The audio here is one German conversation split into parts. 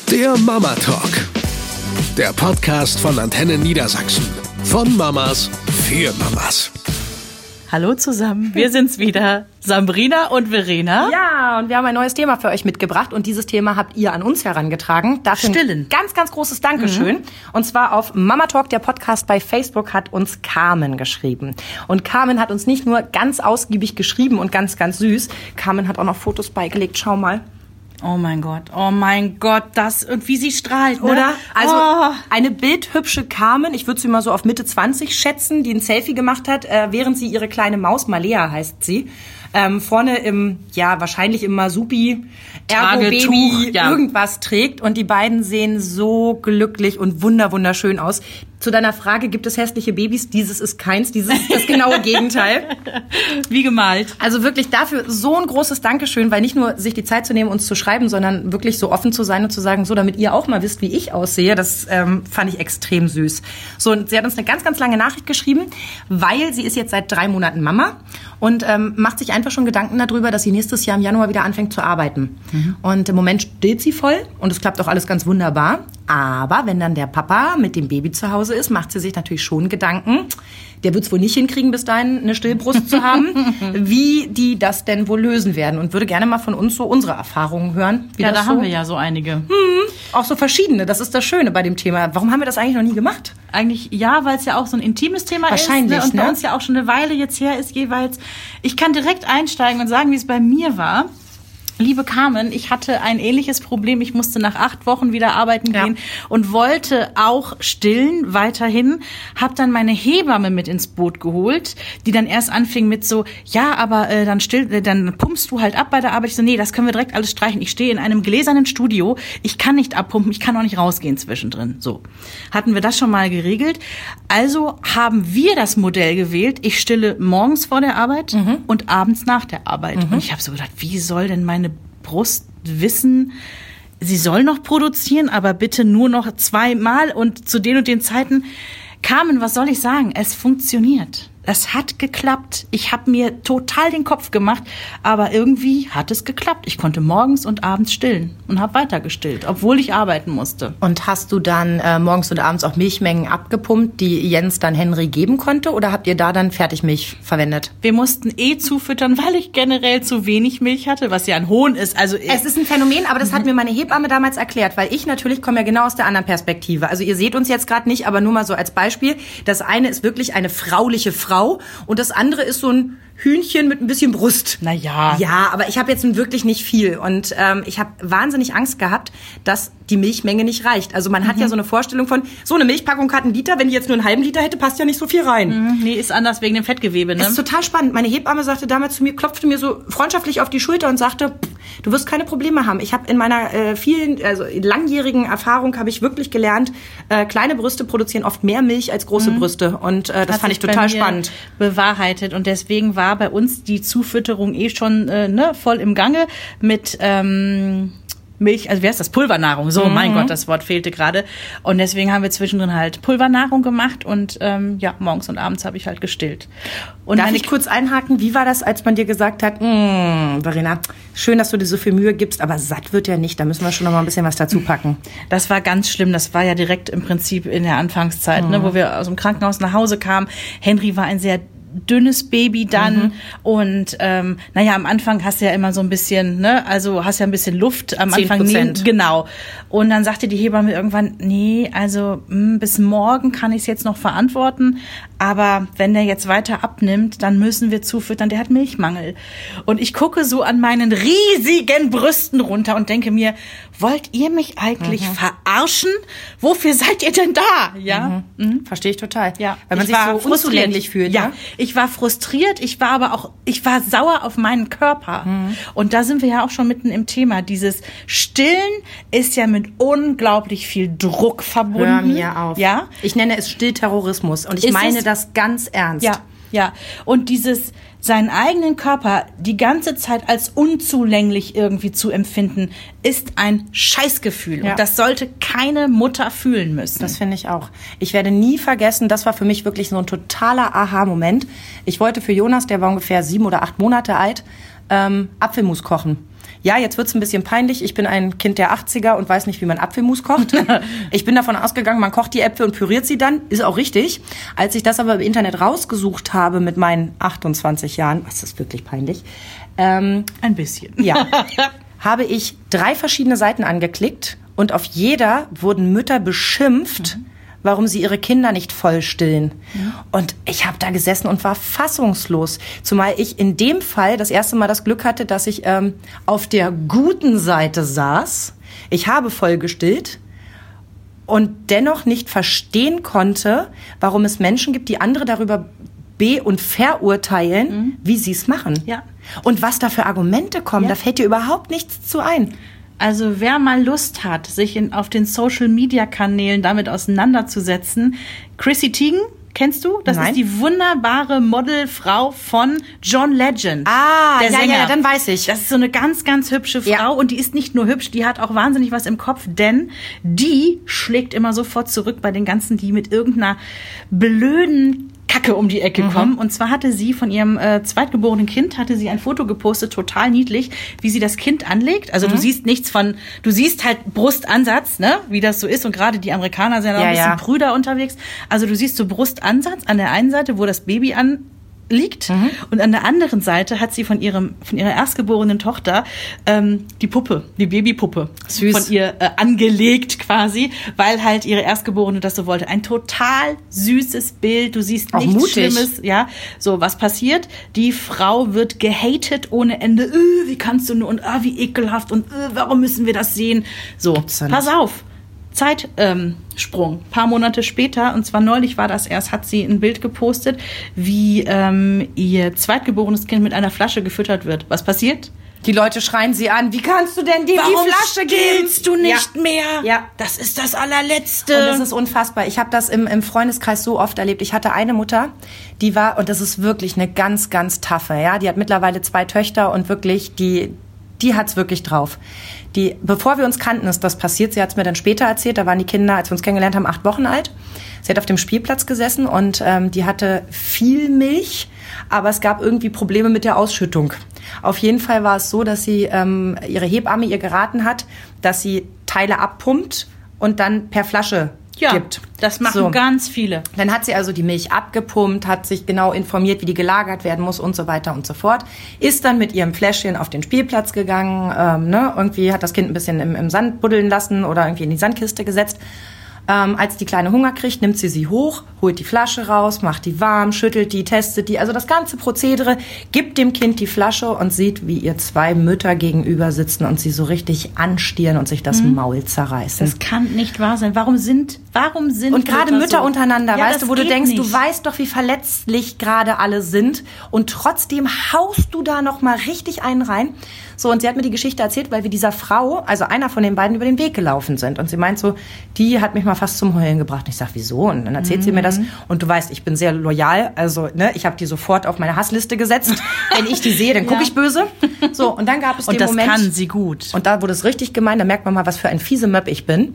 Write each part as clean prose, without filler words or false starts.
Der Mama Talk. Der Podcast von Antenne Niedersachsen. Von Mamas für Mamas. Hallo zusammen, wir sind's wieder, Sabrina und Verena. Ja, und wir haben ein neues Thema für euch mitgebracht und dieses Thema habt ihr an uns herangetragen. Dafür Stillen. Ein ganz, ganz großes Dankeschön. Und zwar auf Mama Talk, der Podcast bei Facebook, hat uns Carmen geschrieben. Und Carmen hat uns nicht nur ganz ausgiebig geschrieben und ganz, ganz süß, Carmen hat auch noch Fotos beigelegt, schau mal. Oh mein Gott, das und wie sie strahlt, ne? Oder? Also eine bildhübsche Carmen, ich würde sie mal so auf Mitte 20 schätzen, die ein Selfie gemacht hat, während sie ihre kleine Maus, Malea heißt sie, vorne wahrscheinlich im Masupi Ergo-Baby irgendwas trägt. Und die beiden sehen so glücklich und wunderschön aus. Zu deiner Frage, gibt es hässliche Babys? Dieses ist keins, dieses ist das genaue Gegenteil. Wie gemalt. Also wirklich dafür so ein großes Dankeschön, weil nicht nur sich die Zeit zu nehmen, uns zu schreiben, sondern wirklich so offen zu sein und zu sagen, so, damit ihr auch mal wisst, wie ich aussehe, das fand ich extrem süß. So, und sie hat uns eine ganz, ganz lange Nachricht geschrieben, weil sie ist jetzt seit 3 Monaten Mama und macht sich einfach schon Gedanken darüber, dass sie nächstes Jahr im Januar wieder anfängt zu arbeiten. Und im Moment stillt sie voll und es klappt auch alles ganz wunderbar. Aber wenn dann der Papa mit dem Baby zu Hause ist, macht sie sich natürlich schon Gedanken, der wird es wohl nicht hinkriegen, bis dahin eine Stillbrust zu haben, wie die das denn wohl lösen werden. Und würde gerne mal von uns so unsere Erfahrungen hören. Ja, da haben wir ja so einige. Auch so verschiedene, das ist das Schöne bei dem Thema. Warum haben wir das eigentlich noch nie gemacht? Eigentlich ja, weil es ja auch so ein intimes Thema Wahrscheinlich, ist. Und bei uns ja auch schon eine Weile jetzt her ist jeweils. Ich kann direkt einsteigen und sagen, wie es bei mir war. Liebe Carmen, ich hatte ein ähnliches Problem. Ich musste nach 8 Wochen wieder arbeiten gehen und wollte auch stillen weiterhin. Hab dann meine Hebamme mit ins Boot geholt, die dann erst anfing mit so, ja, aber dann pumpst du halt ab bei der Arbeit. Ich so, nee, das können wir direkt alles streichen. Ich stehe in einem gläsernen Studio. Ich kann nicht abpumpen, ich kann auch nicht rausgehen zwischendrin. So, hatten wir das schon mal geregelt. Also haben wir das Modell gewählt. Ich stille morgens vor der Arbeit und abends nach der Arbeit. Und ich habe so gedacht, wie soll denn meine Brust wissen, sie soll noch produzieren, aber bitte nur noch 2-mal und zu den und den Zeiten. Carmen, was soll ich sagen? Es funktioniert. Es hat geklappt. Ich habe mir total den Kopf gemacht, aber irgendwie hat es geklappt. Ich konnte morgens und abends stillen und habe weiter gestillt, obwohl ich arbeiten musste. Und hast du dann morgens und abends auch Milchmengen abgepumpt, die Jens dann Henry geben konnte? Oder habt ihr da dann Fertigmilch verwendet? Wir mussten zufüttern, weil ich generell zu wenig Milch hatte, was ja ein Hohn ist. Also es ist ein Phänomen, aber das hat mir meine Hebamme damals erklärt, weil ich natürlich komme ja genau aus der anderen Perspektive. Also ihr seht uns jetzt gerade nicht, aber nur mal so als Beispiel. Das eine ist wirklich eine frauliche Frau und das andere ist so ein Hühnchen mit ein bisschen Brust. Naja. Ja, aber ich habe jetzt wirklich nicht viel. Und ich habe wahnsinnig Angst gehabt, dass die Milchmenge nicht reicht. Also man hat ja so eine Vorstellung von, so eine Milchpackung hat 1 Liter, wenn die jetzt nur einen halben Liter hätte, passt ja nicht so viel rein. Nee, ist anders wegen dem Fettgewebe, ne? Das ist total spannend. Meine Hebamme sagte damals zu mir, klopfte mir so freundschaftlich auf die Schulter und sagte, du wirst keine Probleme haben. Ich habe in meiner langjährigen Erfahrung habe ich wirklich gelernt, kleine Brüste produzieren oft mehr Milch als große Brüste. Und das fand ich total spannend. Bewahrheitet. Und deswegen war bei uns die Zufütterung schon voll im Gange mit Milch, also wie heißt das? Pulvernahrung. So, mein Gott, das Wort fehlte gerade. Und deswegen haben wir zwischendrin halt Pulvernahrung gemacht und morgens und abends habe ich halt gestillt. Und darf ich kurz einhaken? Wie war das, als man dir gesagt hat, Verena, schön, dass du dir so viel Mühe gibst, aber satt wird ja nicht, da müssen wir schon noch mal ein bisschen was dazu packen. Das war ganz schlimm. Das war ja direkt im Prinzip in der Anfangszeit, wo wir aus dem Krankenhaus nach Hause kamen. Henry war ein sehr dünnes Baby dann und am Anfang hast du ja immer so ein bisschen, also hast ja ein bisschen Luft am 10%. Anfang. Genau. Und dann sagte die Hebamme irgendwann, nee, also bis morgen kann ich es jetzt noch verantworten, aber wenn der jetzt weiter abnimmt, dann müssen wir zufüttern, der hat Milchmangel. Und ich gucke so an meinen riesigen Brüsten runter und denke mir, wollt ihr mich eigentlich verarschen? Wofür seid ihr denn da? Ja, Verstehe ich total. Ja, weil man sich so unzulänglich fühlt. Ja, ich war frustriert, ich war sauer auf meinen Körper. Und da sind wir ja auch schon mitten im Thema. Dieses Stillen ist ja mit unglaublich viel Druck verbunden. Hör mir auf. Ja? Ich nenne es Stillterrorismus und ich meine das ganz ernst. Ja. Und dieses seinen eigenen Körper die ganze Zeit als unzulänglich irgendwie zu empfinden, ist ein Scheißgefühl. Ja. Und das sollte keine Mutter fühlen müssen. Das finde ich auch. Ich werde nie vergessen, das war für mich wirklich so ein totaler Aha-Moment. Ich wollte für Jonas, der war ungefähr 7 oder 8 Monate alt, Apfelmus kochen. Ja, jetzt wird's ein bisschen peinlich. Ich bin ein Kind der 80er und weiß nicht, wie man Apfelmus kocht. Ich bin davon ausgegangen, man kocht die Äpfel und püriert sie dann. Ist auch richtig. Als ich das aber im Internet rausgesucht habe mit meinen 28 Jahren, was ist wirklich peinlich? Ein bisschen. Ja. Habe ich 3 verschiedene Seiten angeklickt und auf jeder wurden Mütter beschimpft, warum sie ihre Kinder nicht voll stillen. Und ich habe da gesessen und war fassungslos. Zumal ich in dem Fall das erste Mal das Glück hatte, dass ich auf der guten Seite saß. Ich habe voll gestillt und dennoch nicht verstehen konnte, warum es Menschen gibt, die andere darüber und verurteilen, wie sie es machen. Ja. Und was da für Argumente kommen, da fällt dir überhaupt nichts zu ein. Also wer mal Lust hat, sich auf den Social-Media-Kanälen damit auseinanderzusetzen, Chrissy Teigen, kennst du? Das Nein. ist die wunderbare Modelfrau von John Legend. Der Sänger. Ja, dann weiß ich. Das ist so eine ganz, ganz hübsche Frau. Ja. Und die ist nicht nur hübsch, die hat auch wahnsinnig was im Kopf, denn die schlägt immer sofort zurück bei den ganzen, die mit irgendeiner blöden Kacke um die Ecke kommen. Und zwar hatte sie von ihrem zweitgeborenen Kind, hatte sie ein Foto gepostet, total niedlich, wie sie das Kind anlegt. Also du siehst nichts du siehst halt Brustansatz, ne, wie das so ist. Und gerade die Amerikaner sind auch ein bisschen prüder unterwegs. Also du siehst so Brustansatz an der einen Seite, wo das Baby liegt. Und an der anderen Seite hat sie von ihrer erstgeborenen Tochter die Babypuppe Süß. von ihr angelegt quasi, weil halt ihre Erstgeborene das so wollte. Ein total süßes Bild, du siehst auch nichts mutig. Schlimmes. Ja, so, was passiert? Die Frau wird gehatet ohne Ende. Wie kannst du nur und wie ekelhaft und warum müssen wir das sehen? So, pass auf. Zeitsprung, paar Monate später, und zwar neulich war das erst, hat sie ein Bild gepostet, wie ihr zweitgeborenes Kind mit einer Flasche gefüttert wird. Was passiert? Die Leute schreien sie an, wie kannst du denn dir die Flasche geben? Stillst du nicht mehr? Ja. Das ist das Allerletzte. Und das ist unfassbar. Ich habe das im Freundeskreis so oft erlebt. Ich hatte eine Mutter, die war, und das ist wirklich eine ganz, ganz taffe, ja, die hat mittlerweile 2 Töchter und wirklich, die hat's wirklich drauf. Bevor wir uns kannten, ist das passiert. Sie hat's mir dann später erzählt. Da waren die Kinder, als wir uns kennengelernt haben, 8 Wochen alt. Sie hat auf dem Spielplatz gesessen und die hatte viel Milch, aber es gab irgendwie Probleme mit der Ausschüttung. Auf jeden Fall war es so, dass sie ihre Hebamme ihr geraten hat, dass sie Teile abpumpt und dann per Flasche gibt. Das machen ganz viele. Dann hat sie also die Milch abgepumpt, hat sich genau informiert, wie die gelagert werden muss und so weiter und so fort. Ist dann mit ihrem Fläschchen auf den Spielplatz gegangen, irgendwie hat das Kind ein bisschen im Sand buddeln lassen oder irgendwie in die Sandkiste gesetzt. Als die Kleine Hunger kriegt, nimmt sie hoch, holt die Flasche raus, macht die warm, schüttelt die, testet die. Also das ganze Prozedere, gibt dem Kind die Flasche und sieht, wie ihr 2 Mütter gegenüber sitzen und sie so richtig anstieren und sich das Maul zerreißen. Das kann nicht wahr sein. Warum sind und gerade Mütter so untereinander, ja, weißt du, wo du denkst, nicht. du weißt doch, wie verletzlich gerade alle sind und trotzdem haust du da noch mal richtig einen rein. So, und sie hat mir die Geschichte erzählt, weil wir dieser Frau, also einer von den beiden, über den Weg gelaufen sind. Und sie meint so, die hat mich mal fast zum Heulen gebracht. Und ich sag, wieso? Und dann erzählt sie mir das. Und du weißt, ich bin sehr loyal. Also, ich habe die sofort auf meine Hassliste gesetzt. Wenn ich die sehe, dann gucke ich böse. So, und dann gab es den Moment. Und das kann sie gut. Und da wurde es richtig gemein. Da merkt man mal, was für ein fiese Möpp ich bin.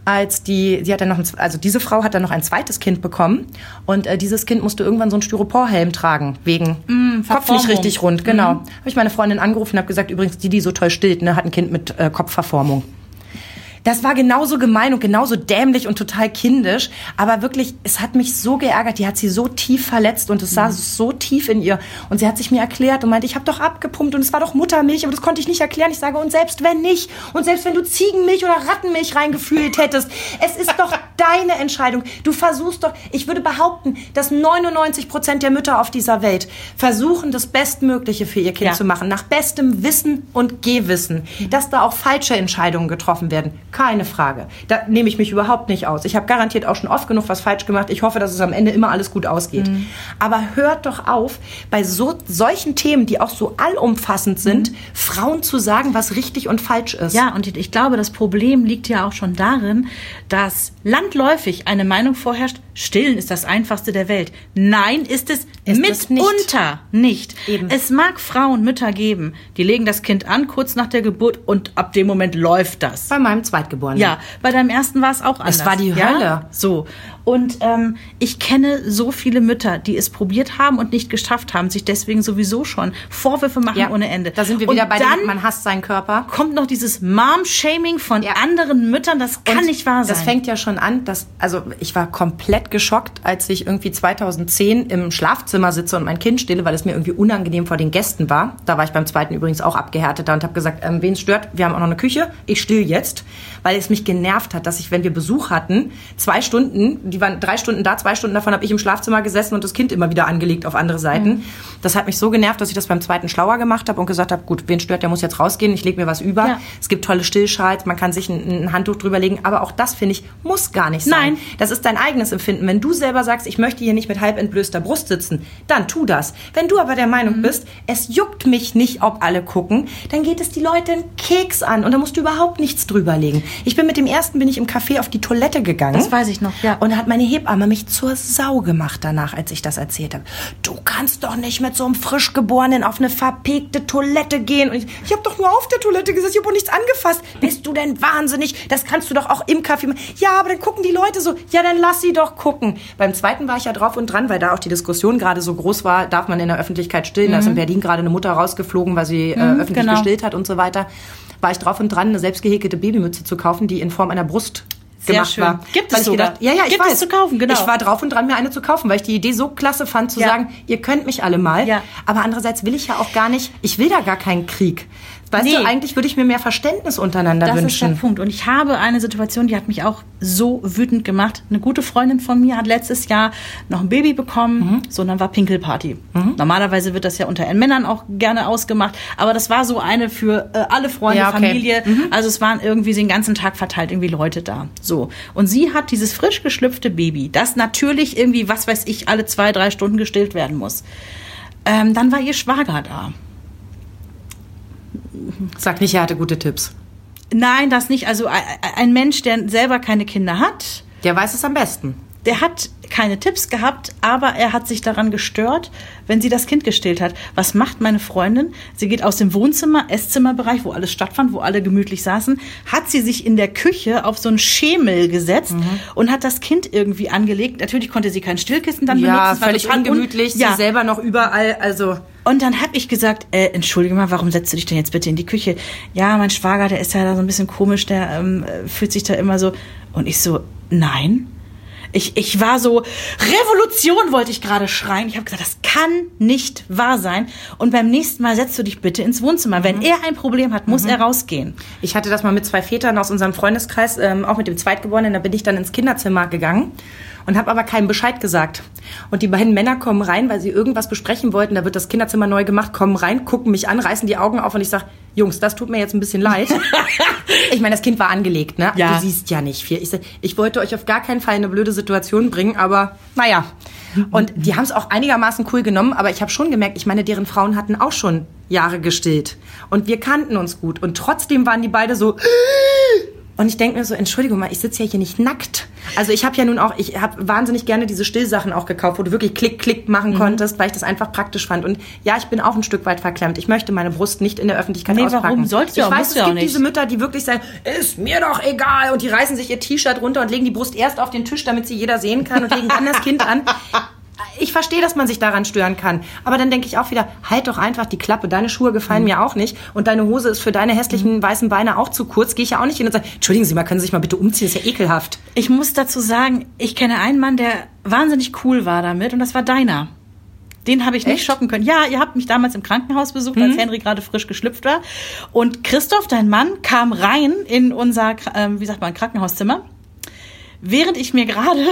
Diese Frau hat dann noch ein zweites Kind bekommen. Und dieses Kind musste irgendwann so einen Styroporhelm tragen. Wegen Kopf nicht richtig rund. Genau. Habe ich meine Freundin angerufen und habe gesagt, übrigens, die so toll stillt, hat ein Kind mit Kopfverformung. Das war genauso gemein und genauso dämlich und total kindisch. Aber wirklich, es hat mich so geärgert. Die hat sie so tief verletzt und es saß so tief in ihr. Und sie hat sich mir erklärt und meinte, ich habe doch abgepumpt und es war doch Muttermilch, aber das konnte ich nicht erklären. Ich sage, und selbst wenn nicht, und selbst wenn du Ziegenmilch oder Rattenmilch reingefühlt hättest, es ist doch deine Entscheidung. Du versuchst doch, ich würde behaupten, dass 99% der Mütter auf dieser Welt versuchen, das Bestmögliche für ihr Kind zu machen, nach bestem Wissen und Gehwissen. Dass da auch falsche Entscheidungen getroffen werden. Keine Frage. Da nehme ich mich überhaupt nicht aus. Ich habe garantiert auch schon oft genug was falsch gemacht. Ich hoffe, dass es am Ende immer alles gut ausgeht. Aber hört doch auf, bei solchen Themen, die auch so allumfassend sind, Frauen zu sagen, was richtig und falsch ist. Ja, und ich glaube, das Problem liegt ja auch schon darin, dass landläufig eine Meinung vorherrscht, Stillen ist das Einfachste der Welt. Nein, ist es mitunter nicht. Eben. Es mag Frauen, Mütter geben, die legen das Kind an, kurz nach der Geburt und ab dem Moment läuft das. Bei meinem Zweitgeborenen. Ja, bei deinem ersten war es auch anders. Es war die Hölle. So. Und ich kenne so viele Mütter, die es probiert haben und nicht geschafft haben, sich deswegen sowieso schon Vorwürfe machen ohne Ende. Da sind wir wieder bei dem, man hasst seinen Körper. Kommt noch dieses Mom-Shaming von anderen Müttern, das kann nicht wahr sein. Das fängt ja schon an, also ich war komplett geschockt, als ich irgendwie 2010 im Schlafzimmer sitze und mein Kind stille, weil es mir irgendwie unangenehm vor den Gästen war. Da war ich beim zweiten übrigens auch abgehärteter und habe gesagt, wen es stört, wir haben auch noch eine Küche, ich still jetzt, weil es mich genervt hat, dass ich, wenn wir Besuch hatten, 2 Stunden, die waren 3 Stunden da, 2 Stunden davon habe ich im Schlafzimmer gesessen und das Kind immer wieder angelegt auf andere Seiten. Das hat mich so genervt, dass ich das beim zweiten schlauer gemacht habe und gesagt habe, gut, wen stört, der muss jetzt rausgehen, ich lege mir was über. Ja. Es gibt tolle Stillschals, man kann sich ein Handtuch drüber legen, aber auch das, finde ich, muss gar nicht sein. Nein. Das ist dein eigenes Empfinden. Wenn du selber sagst, ich möchte hier nicht mit halb entblößter Brust sitzen, dann tu das. Wenn du aber der Meinung bist, es juckt mich nicht, ob alle gucken, dann geht es die Leute einen Keks an und da musst du überhaupt nichts drüberlegen. Ich bin mit dem ersten, bin ich im Café auf die Toilette gegangen. Das weiß ich noch, ja. Und hat meine Hebamme mich zur Sau gemacht danach, als ich das erzählt habe. Du kannst doch nicht mit so einem Frischgeborenen auf eine verpegte Toilette gehen. Und ich habe doch nur auf der Toilette gesessen, ich habe auch nichts angefasst. Bist du denn wahnsinnig? Das kannst du doch auch im Café machen. Ja, aber dann gucken die Leute so. Ja, dann lass sie doch gucken. Beim zweiten war ich ja drauf und dran, weil da auch die Diskussion gerade so groß war, darf man in der Öffentlichkeit stillen. Da ist in Berlin gerade eine Mutter rausgeflogen, weil sie öffentlich gestillt hat und so weiter. War ich drauf und dran, eine selbstgehäkelte Babymütze zu kaufen, die in Form einer Brust gemacht war. Gibt es sogar. Ja, ich Gibt weiß. es zu kaufen, genau. Ich war drauf und dran, mir eine zu kaufen, weil ich die Idee so klasse fand, zu sagen, ihr könnt mich alle mal. Ja. Aber andererseits will ich ja auch gar nicht, ich will da gar keinen Krieg. Weißt du, eigentlich würde ich mir mehr Verständnis untereinander wünschen. Das ist der Punkt. Und ich habe eine Situation, die hat mich auch so wütend gemacht. Eine gute Freundin von mir hat letztes Jahr noch ein Baby bekommen. So, und dann war Pinkelparty. Normalerweise wird das ja unter Männern auch gerne ausgemacht. Aber das war so eine für alle Freunde, Familie. Also es waren irgendwie den ganzen Tag verteilt irgendwie Leute da. So. Und sie hat dieses frisch geschlüpfte Baby, das natürlich irgendwie, was weiß ich, alle 2-3 Stunden gestillt werden muss. Dann war ihr Schwager da. Sag nicht, er hatte gute Tipps. Nein, das nicht. Also ein Mensch, der selber keine Kinder hat. Der weiß es am besten. Der hat keine Tipps gehabt, aber er hat sich daran gestört, wenn sie das Kind gestillt hat. Was macht meine Freundin? Sie geht aus dem Wohnzimmer, Esszimmerbereich, wo alles stattfand, wo alle gemütlich saßen, hat sie sich in der Küche auf so einen Schemel gesetzt und hat das Kind irgendwie angelegt. Natürlich konnte sie kein Stillkissen dann benutzen. Ja, völlig ungemütlich, sie selber noch überall, also... Und dann habe ich gesagt, entschuldige mal, warum setzt du dich denn jetzt bitte in die Küche? Ja, mein Schwager, der ist ja da so ein bisschen komisch, der fühlt sich da immer so... Und ich so, nein... Ich war so, Revolution wollte ich gerade schreien. Ich habe gesagt, das kann nicht wahr sein. Und beim nächsten Mal setzt du dich bitte ins Wohnzimmer. Wenn er ein Problem hat, muss er rausgehen. Ich hatte das mal mit 2 Vätern aus unserem Freundeskreis, auch mit dem Zweitgeborenen. Da bin ich dann ins Kinderzimmer gegangen und habe aber keinen Bescheid gesagt. Und die beiden Männer kommen rein, weil sie irgendwas besprechen wollten. Da wird das Kinderzimmer neu gemacht, kommen rein, gucken mich an, reißen die Augen auf und ich sage, Jungs, das tut mir jetzt ein bisschen leid. Ich meine, das Kind war angelegt, ne? Ja. Du siehst ja nicht viel. Ich wollte euch auf gar keinen Fall in eine blöde Situation bringen, aber naja. Und die haben es auch einigermaßen cool genommen, aber ich habe schon gemerkt, ich meine, deren Frauen hatten auch schon Jahre gestillt. Und wir kannten uns gut. Und trotzdem waren die beide so... Und ich denke mir so, Entschuldigung mal, ich sitze ja hier nicht nackt. Also ich habe ja nun auch, ich habe wahnsinnig gerne diese Stillsachen auch gekauft, wo du wirklich Klick machen konntest, weil ich das einfach praktisch fand. Und ja, ich bin auch ein Stück weit verklemmt. Ich möchte meine Brust nicht in der Öffentlichkeit auspacken. Warum sollst du? Ich weiß, es gibt diese Mütter, die wirklich sagen, ist mir doch egal. Und die reißen sich ihr T-Shirt runter und legen die Brust erst auf den Tisch, damit sie jeder sehen kann und legen dann das Kind an. Ich verstehe, dass man sich daran stören kann. Aber dann denke ich auch wieder, halt doch einfach die Klappe. Deine Schuhe gefallen mir auch nicht. Und deine Hose ist für deine hässlichen weißen Beine auch zu kurz. Gehe ich ja auch nicht hin und sage, entschuldigen Sie mal, können Sie sich mal bitte umziehen? Das ist ja ekelhaft. Ich muss dazu sagen, ich kenne einen Mann, der wahnsinnig cool war damit. Und das war deiner. Den habe ich nicht schocken können. Ja, ihr habt mich damals im Krankenhaus besucht, als Henry gerade frisch geschlüpft war. Und Christoph, dein Mann, kam rein in unser, Krankenhauszimmer. Während ich mir gerade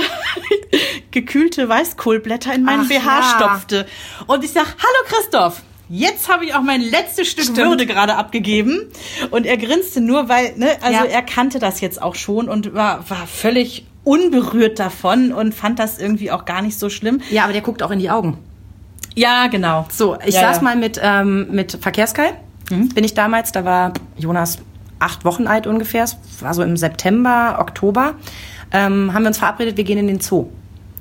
gekühlte Weißkohlblätter in meinen BH stopfte. Und ich sag, hallo Christoph, jetzt habe ich auch mein letztes Stück Würde gerade abgegeben. Und er grinste nur, weil, er kannte das jetzt auch schon und war völlig unberührt davon und fand das irgendwie auch gar nicht so schlimm. Ja, aber der guckt auch in die Augen. Ja, genau. So, ich saß mal mit Verkehrskai. Bin ich damals, da war Jonas 8 Wochen alt ungefähr. Es war so im September, Oktober. Haben wir uns verabredet, wir gehen in den Zoo.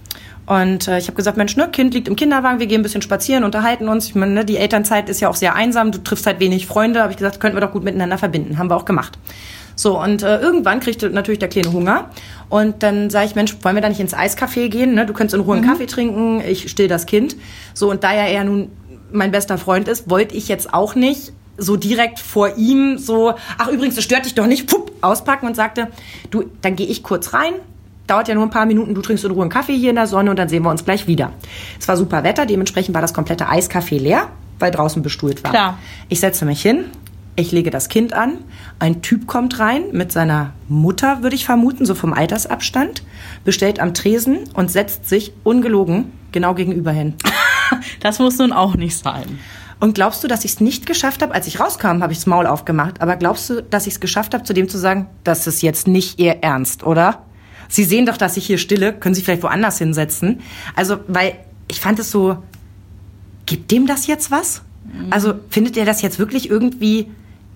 Und ich habe gesagt, Mensch, Kind liegt im Kinderwagen, wir gehen ein bisschen spazieren, unterhalten uns. Ich meine, die Elternzeit ist ja auch sehr einsam, du triffst halt wenig Freunde. Habe ich gesagt, könnten wir doch gut miteinander verbinden. Haben wir auch gemacht. So, und irgendwann kriegte natürlich der Kleine Hunger. Und dann sage ich, Mensch, wollen wir da nicht ins Eiscafé gehen? Ne? Du könntest in Ruhe einen Kaffee trinken, ich still das Kind. So, und da ja er nun mein bester Freund ist, wollte ich jetzt auch nicht so direkt vor ihm so, ach übrigens, das stört dich doch nicht, pup, auspacken und sagte, du, dann gehe ich kurz rein, dauert ja nur ein paar Minuten, du trinkst in Ruhe einen Kaffee hier in der Sonne und dann sehen wir uns gleich wieder. Es war super Wetter, dementsprechend war das komplette Eiscafé leer, weil draußen bestuhlt war. Klar. Ich setze mich hin, ich lege das Kind an, ein Typ kommt rein mit seiner Mutter, würde ich vermuten, so vom Altersabstand, bestellt am Tresen und setzt sich ungelogen genau gegenüber hin. Das muss nun auch nicht sein. Und glaubst du, dass ich es nicht geschafft habe? Als ich rauskam, habe ich das Maul aufgemacht. Aber glaubst du, dass ich es geschafft habe, zu dem zu sagen, das ist jetzt nicht Ihr Ernst, oder? Sie sehen doch, dass ich hier stille. Können Sie vielleicht woanders hinsetzen? Also, weil ich fand es so, gibt dem das jetzt was? Also, findet ihr das jetzt wirklich irgendwie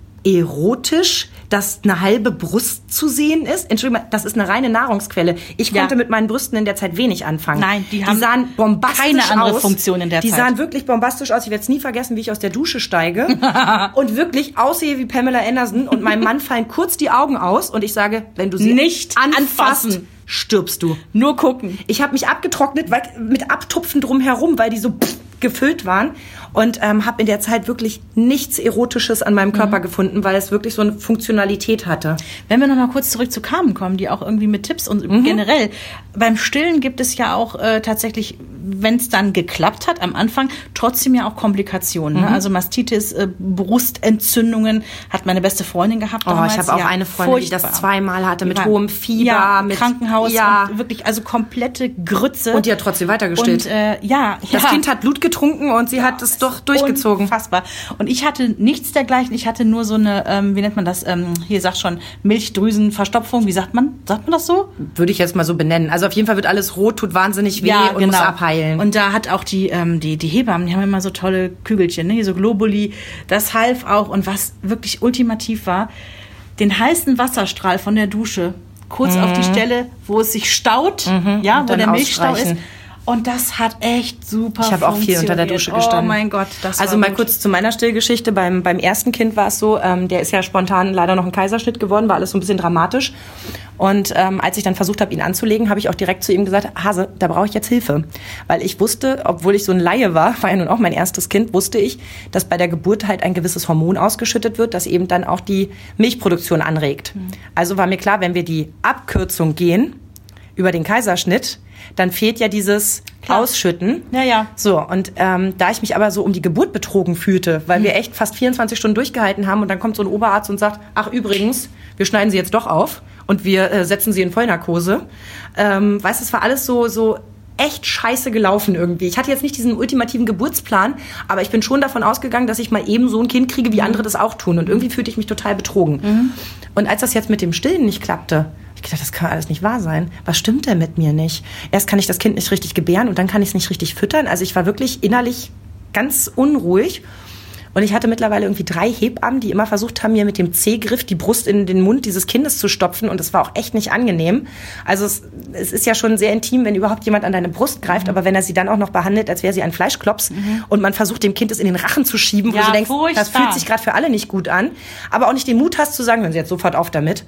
erotisch, dass eine halbe Brust zu sehen ist? Entschuldigung, das ist eine reine Nahrungsquelle. Ich konnte mit meinen Brüsten in der Zeit wenig anfangen. Nein, die sahen bombastisch keine andere aus. Funktion in der Die Zeit. sahen wirklich bombastisch aus. Ich werde es nie vergessen, wie ich aus der Dusche steige und wirklich aussehe wie Pamela Anderson und meinem Mann fallen kurz die Augen aus und ich sage, wenn du sie nicht anfassen, stirbst du. Nur gucken. Ich habe mich abgetrocknet, weil, mit Abtupfen drumherum, weil die so gefüllt waren und habe in der Zeit wirklich nichts Erotisches an meinem Körper gefunden, weil es wirklich so eine Funktionalität hatte. Wenn wir noch mal kurz zurück zu Carmen kommen, die auch irgendwie mit Tipps und generell, beim Stillen gibt es ja auch tatsächlich, wenn es dann geklappt hat am Anfang, trotzdem ja auch Komplikationen. Ne? Also Mastitis, Brustentzündungen hat meine beste Freundin gehabt damals. Ich habe auch eine Freundin, die das zweimal hatte, mit hohem Fieber, mit Krankenhaus und wirklich, also komplette Grütze. Und die hat trotzdem weitergestillt. Und das Kind hat Blut getrunken und sie hat es doch durchgezogen. Unfassbar. Und ich hatte nichts dergleichen. Ich hatte nur so eine, wie nennt man das? Hier sagt schon Milchdrüsenverstopfung. Wie sagt man? Sagt man das so? Würde ich jetzt mal so benennen. Also auf jeden Fall wird alles rot, tut wahnsinnig weh und muss abheilen. Und da hat auch die Hebammen, die haben immer so tolle Kügelchen, ne? Hier so Globuli. Das half auch. Und was wirklich ultimativ war, den heißen Wasserstrahl von der Dusche kurz auf die Stelle, wo es sich staut, wo der Milchstau ist. Und das hat echt super funktioniert. Ich habe auch viel unter der Dusche gestanden. Oh mein Gott, das war also mal kurz zu meiner Stillgeschichte. Beim ersten Kind war es so, der ist ja spontan leider noch ein Kaiserschnitt geworden, war alles so ein bisschen dramatisch. Und als ich dann versucht habe, ihn anzulegen, habe ich auch direkt zu ihm gesagt, Hase, da brauche ich jetzt Hilfe. Weil ich wusste, obwohl ich so ein Laie war ja nun auch mein erstes Kind, wusste ich, dass bei der Geburt halt ein gewisses Hormon ausgeschüttet wird, das eben dann auch die Milchproduktion anregt. Also war mir klar, wenn wir die Abkürzung gehen über den Kaiserschnitt, dann fehlt ja dieses Ausschütten. Ja. So, und da ich mich aber so um die Geburt betrogen fühlte, weil wir echt fast 24 Stunden durchgehalten haben und dann kommt so ein Oberarzt und sagt, ach übrigens, wir schneiden Sie jetzt doch auf und wir setzen Sie in Vollnarkose. Weißt du, es war alles so echt scheiße gelaufen irgendwie. Ich hatte jetzt nicht diesen ultimativen Geburtsplan, aber ich bin schon davon ausgegangen, dass ich mal eben so ein Kind kriege, wie andere das auch tun. Und irgendwie fühlte ich mich total betrogen. Und als das jetzt mit dem Stillen nicht klappte, ich dachte, das kann alles nicht wahr sein. Was stimmt denn mit mir nicht? Erst kann ich das Kind nicht richtig gebären und dann kann ich es nicht richtig füttern. Also ich war wirklich innerlich ganz unruhig. Und ich hatte mittlerweile irgendwie 3 Hebammen, die immer versucht haben, mir mit dem C-Griff die Brust in den Mund dieses Kindes zu stopfen. Und das war auch echt nicht angenehm. Also es ist ja schon sehr intim, wenn überhaupt jemand an deine Brust greift. Aber wenn er sie dann auch noch behandelt, als wäre sie ein Fleischklops und man versucht, dem Kind es in den Rachen zu schieben, wo du denkst, das fühlt sich gerade für alle nicht gut an. Aber auch nicht den Mut hast zu sagen, wenn sie jetzt sofort auf damit,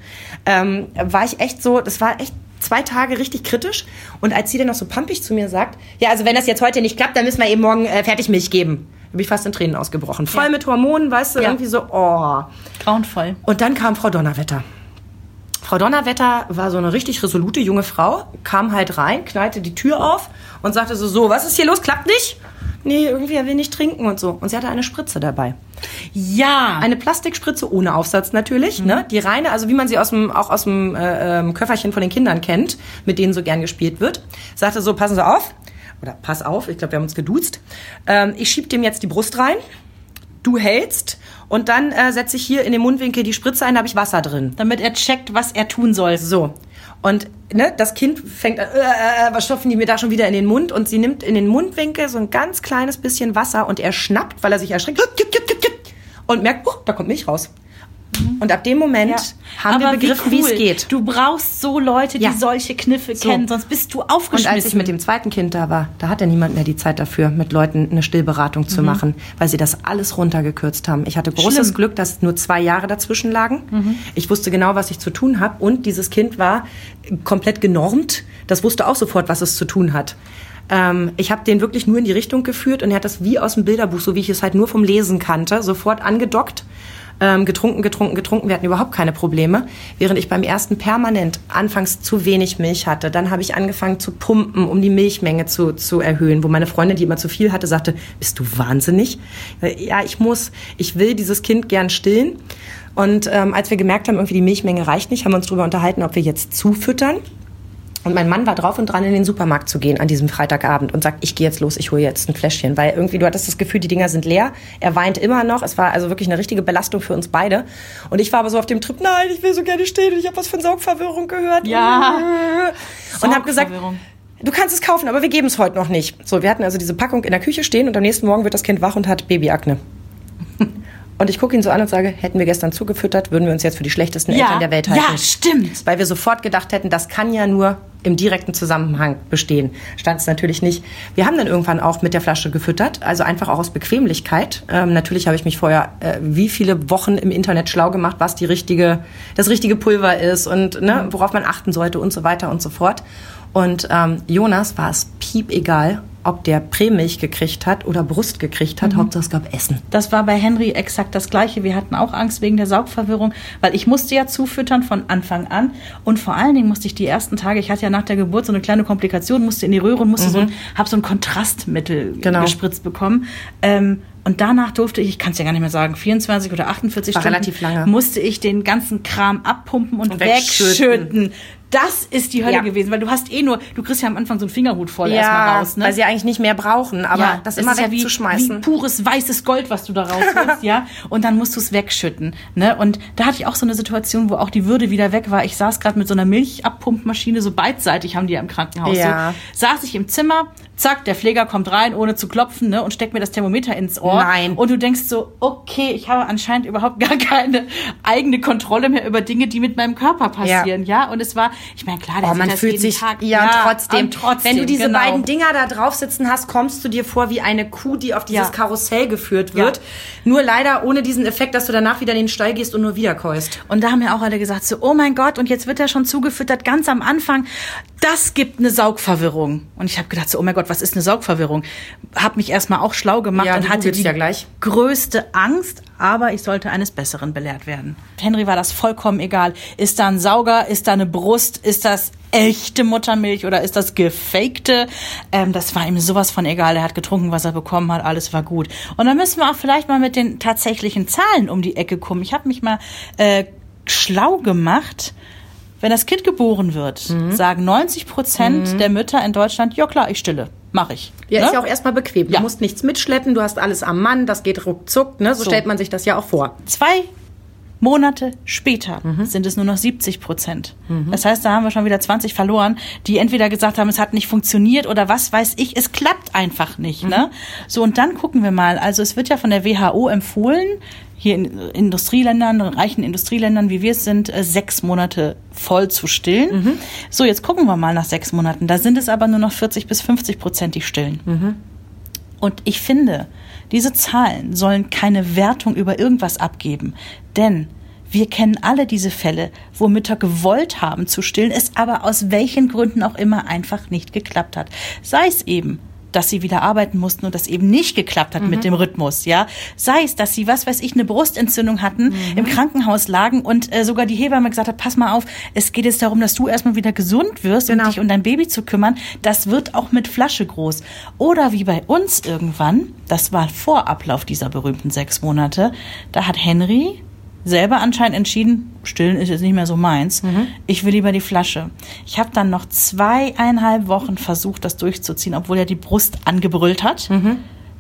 war ich echt so, das war echt 2 Tage richtig kritisch. Und als sie dann noch so pampig zu mir sagt, ja, also wenn das jetzt heute nicht klappt, dann müssen wir eben morgen Fertigmilch geben. Bin ich fast in Tränen ausgebrochen. Voll mit Hormonen, weißt du, irgendwie so, grauenvoll. Und dann kam Frau Donnerwetter. Frau Donnerwetter war so eine richtig resolute junge Frau, kam halt rein, knallte die Tür auf und sagte so, was ist hier los, klappt nicht? Nee, irgendwie, er will nicht trinken und so. Und sie hatte eine Spritze dabei. Ja. Eine Plastikspritze ohne Aufsatz natürlich, ne? Die reine, also wie man sie aus dem Köfferchen von den Kindern kennt, mit denen so gern gespielt wird. Sagte so, passen Sie auf. Oder pass auf, ich glaube, wir haben uns geduzt. Ich schieb dem jetzt die Brust rein, du hältst und dann setze ich hier in den Mundwinkel die Spritze ein, da habe ich Wasser drin. Damit er checkt, was er tun soll. So. Und das Kind fängt an, was stopfen die mir da schon wieder in den Mund? Und sie nimmt in den Mundwinkel so ein ganz kleines bisschen Wasser und er schnappt, weil er sich erschreckt und merkt, da kommt Milch raus. Und ab dem Moment haben wir begriffen, wie es geht. Du brauchst so Leute, die solche Kniffe kennen, sonst bist du aufgeschmissen. Und als ich mit dem zweiten Kind da war, da hatte niemand mehr die Zeit dafür, mit Leuten eine Stillberatung zu machen, weil sie das alles runtergekürzt haben. Ich hatte großes Glück, dass nur 2 Jahre dazwischen lagen. Ich wusste genau, was ich zu tun habe. Und dieses Kind war komplett genormt. Das wusste auch sofort, was es zu tun hat. Ich habe den wirklich nur in die Richtung geführt und er hat das wie aus dem Bilderbuch, so wie ich es halt nur vom Lesen kannte, sofort angedockt. Getrunken. Wir hatten überhaupt keine Probleme. Während ich beim ersten permanent anfangs zu wenig Milch hatte. Dann habe ich angefangen zu pumpen, um die Milchmenge zu erhöhen. Wo meine Freundin, die immer zu viel hatte, sagte, bist du wahnsinnig? Ja, ich will dieses Kind gern stillen. Und als wir gemerkt haben, irgendwie die Milchmenge reicht nicht, haben wir uns darüber unterhalten, ob wir jetzt zufüttern. Und mein Mann war drauf und dran, in den Supermarkt zu gehen an diesem Freitagabend und sagt, ich gehe jetzt los, ich hole jetzt ein Fläschchen. Weil irgendwie, du hattest das Gefühl, die Dinger sind leer. Er weint immer noch. Es war also wirklich eine richtige Belastung für uns beide. Und ich war aber so auf dem Trip, nein, ich will so gerne stillen und ich habe was von Saugverwirrung gehört. Ja. Und habe gesagt, du kannst es kaufen, aber wir geben es heute noch nicht. So, wir hatten also diese Packung in der Küche stehen und am nächsten Morgen wird das Kind wach und hat Babyakne. Und ich gucke ihn so an und sage, hätten wir gestern zugefüttert, würden wir uns jetzt für die schlechtesten Eltern der Welt halten. Ja, stimmt. Weil wir sofort gedacht hätten, das kann ja nur im direkten Zusammenhang bestehen. Stand es natürlich nicht. Wir haben dann irgendwann auch mit der Flasche gefüttert, also einfach auch aus Bequemlichkeit. Natürlich habe ich mich vorher wie viele Wochen im Internet schlau gemacht, was das richtige Pulver ist und worauf man achten sollte und so weiter und so fort. Und Jonas war es piepegal, ob der Prämilch gekriegt hat oder Brust gekriegt hat. Hauptsache es gab Essen. Das war bei Henry exakt das Gleiche. Wir hatten auch Angst wegen der Saugverwirrung, weil ich musste ja zufüttern von Anfang an. Und vor allen Dingen musste ich die ersten Tage, ich hatte ja nach der Geburt so eine kleine Komplikation, musste in die Röhre und musste habe so ein Kontrastmittel gespritzt bekommen. Und danach durfte ich kann es ja gar nicht mehr sagen, 24 oder 48 Stunden relativ lange. Musste ich den ganzen Kram abpumpen und wegschütten. Das ist die Hölle gewesen, weil du kriegst ja am Anfang so einen Fingerhut voll erstmal raus. Ne? Weil sie eigentlich nicht mehr brauchen, aber das immer wegzuschmeißen. Wie pures weißes Gold, was du da rausholst, ja. Und dann musst du es wegschütten. Ne? Und da hatte ich auch so eine Situation, wo auch die Würde wieder weg war. Ich saß gerade mit so einer Milchabpumpmaschine, so beidseitig haben die ja im Krankenhaus. Ja. So, saß ich im Zimmer, zack, der Pfleger kommt rein, ohne zu klopfen, ne, und steckt mir das Thermometer ins Ohr. Nein. Und du denkst so, okay, ich habe anscheinend überhaupt gar keine eigene Kontrolle mehr über Dinge, die mit meinem Körper passieren, ja. Und es war, ich meine, klar, der man sieht fühlt das sich, jeden Tag. Ja, und trotzdem, wenn du diese genau. beiden Dinger da drauf sitzen hast, kommst du dir vor wie eine Kuh, die auf dieses Karussell geführt wird. Ja. Nur leider ohne diesen Effekt, dass du danach wieder in den Stall gehst und nur wieder keust. Und da haben ja auch alle gesagt so, oh mein Gott, und jetzt wird er schon zugefüttert, ganz am Anfang. Das gibt eine Saugverwirrung. Und ich habe gedacht so, oh mein Gott, was ist eine Saugverwirrung? Hab mich erstmal auch schlau gemacht und hatte die größte Angst, aber ich sollte eines Besseren belehrt werden. Henry war das vollkommen egal. Ist da ein Sauger, ist da eine Brust, ist das echte Muttermilch oder ist das gefakte? Das war ihm sowas von egal. Er hat getrunken, was er bekommen hat, alles war gut. Und dann müssen wir auch vielleicht mal mit den tatsächlichen Zahlen um die Ecke kommen. Ich habe mich mal schlau gemacht. Wenn das Kind geboren wird, sagen 90% der Mütter in Deutschland, ja klar, ich stille, mache ich. Ja, ne? Ist ja auch erstmal bequem. Du musst nichts mitschleppen, du hast alles am Mann, das geht ruckzuck, ne? So stellt man sich das ja auch vor. 2 Monate später sind es nur noch 70%. Das heißt, da haben wir schon wieder 20 verloren, die entweder gesagt haben, es hat nicht funktioniert oder was weiß ich, es klappt einfach nicht. Ne? So, und dann gucken wir mal. Also es wird ja von der WHO empfohlen, hier in Industrieländern, reichen Industrieländern, wie wir es sind, 6 Monate voll zu stillen. So, jetzt gucken wir mal nach 6 Monaten. Da sind es aber nur noch 40-50%, die stillen. Und ich finde, diese Zahlen sollen keine Wertung über irgendwas abgeben. Denn wir kennen alle diese Fälle, wo Mütter gewollt haben zu stillen, es aber aus welchen Gründen auch immer einfach nicht geklappt hat. Sei es eben, dass sie wieder arbeiten mussten und das eben nicht geklappt hat mit dem Rhythmus, ja. Sei es, dass sie, was weiß ich, eine Brustentzündung hatten, im Krankenhaus lagen und sogar die Hebamme gesagt hat, pass mal auf, es geht jetzt darum, dass du erstmal wieder gesund wirst, um dich um dein Baby zu kümmern. Das wird auch mit Flasche groß. Oder wie bei uns irgendwann, das war vor Ablauf dieser berühmten 6 Monate, da hat Henry selber anscheinend entschieden, stillen ist jetzt nicht mehr so meins. Ich will lieber die Flasche. Ich habe dann noch 2,5 Wochen versucht, das durchzuziehen, obwohl er die Brust angebrüllt hat.